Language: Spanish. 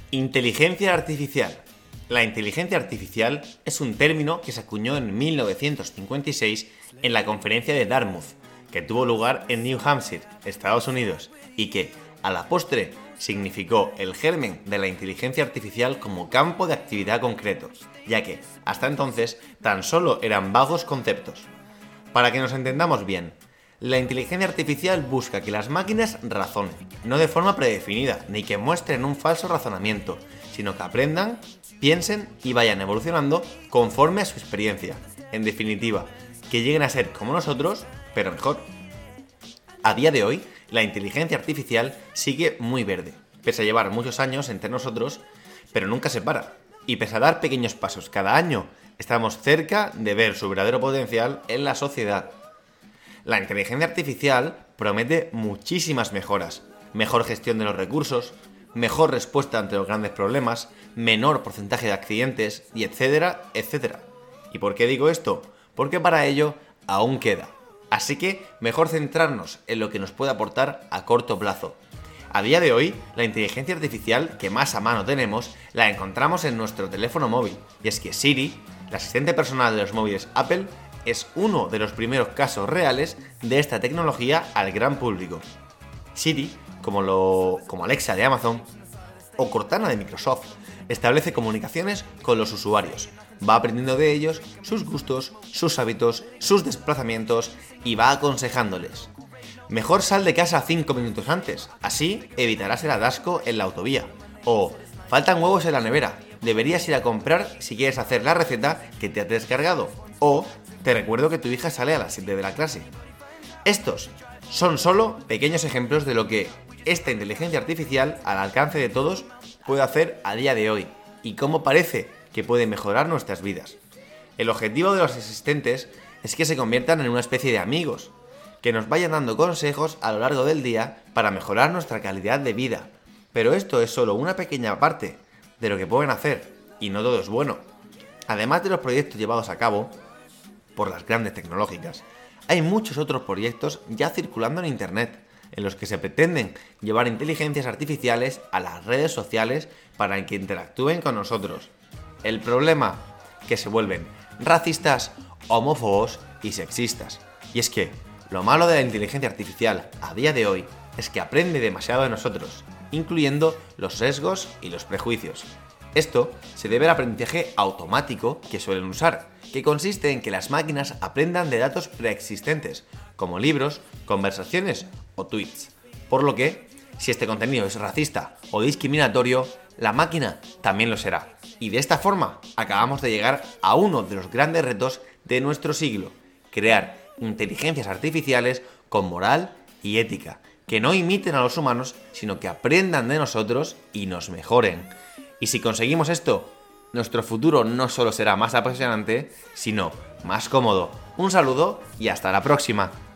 Inteligencia artificial. La inteligencia artificial es un término que se acuñó en 1956 en la conferencia de Dartmouth, que tuvo lugar en New Hampshire, Estados Unidos, y que, a la postre, significó el germen de la inteligencia artificial como campo de actividad concreto, ya que, hasta entonces, tan solo eran vagos conceptos. Para que nos entendamos bien, la inteligencia artificial busca que las máquinas razonen, no de forma predefinida, ni que muestren un falso razonamiento, sino que aprendan, piensen y vayan evolucionando conforme a su experiencia. En definitiva, que lleguen a ser como nosotros, pero mejor. A día de hoy, la inteligencia artificial sigue muy verde, pese a llevar muchos años entre nosotros, pero nunca se para. Y pese a dar pequeños pasos cada año, estamos cerca de ver su verdadero potencial en la sociedad. La inteligencia artificial promete muchísimas mejoras: mejor gestión de los recursos, mejor respuesta ante los grandes problemas, menor porcentaje de accidentes, y etcétera, etcétera. ¿Y por qué digo esto? Porque para ello aún queda. Así que mejor centrarnos en lo que nos puede aportar a corto plazo. A día de hoy, la inteligencia artificial que más a mano tenemos la encontramos en nuestro teléfono móvil. Y es que Siri, la asistente personal de los móviles Apple, es uno de los primeros casos reales de esta tecnología al gran público. Siri, como Alexa de Amazon o Cortana de Microsoft, establece comunicaciones con los usuarios, va aprendiendo de ellos sus gustos, sus hábitos, sus desplazamientos y va aconsejándoles. Mejor sal de casa 5 minutos antes, así evitarás el atasco en la autovía. O faltan huevos en la nevera, deberías ir a comprar si quieres hacer la receta que te has descargado. O te recuerdo que tu hija sale a las 7 de la clase. Estos son solo pequeños ejemplos de lo que esta inteligencia artificial al alcance de todos puede hacer a día de hoy y cómo parece que puede mejorar nuestras vidas. El objetivo de los asistentes es que se conviertan en una especie de amigos, que nos vayan dando consejos a lo largo del día para mejorar nuestra calidad de vida. Pero esto es solo una pequeña parte de lo que pueden hacer, y no todo es bueno. Además de los proyectos llevados a cabo por las grandes tecnológicas, hay muchos otros proyectos ya circulando en Internet, en los que se pretenden llevar inteligencias artificiales a las redes sociales para que interactúen con nosotros. El problema, que se vuelven racistas, homófobos y sexistas. Y es que lo malo de la inteligencia artificial a día de hoy es que aprende demasiado de nosotros, incluyendo los sesgos y los prejuicios. Esto se debe al aprendizaje automático que suelen usar, que consiste en que las máquinas aprendan de datos preexistentes, como libros, conversaciones o tweets. Por lo que, si este contenido es racista o discriminatorio, la máquina también lo será. Y de esta forma acabamos de llegar a uno de los grandes retos de nuestro siglo: crear inteligencias artificiales con moral y ética, que no imiten a los humanos, sino que aprendan de nosotros y nos mejoren. Y si conseguimos esto, nuestro futuro no solo será más apasionante, sino más cómodo. Un saludo y hasta la próxima.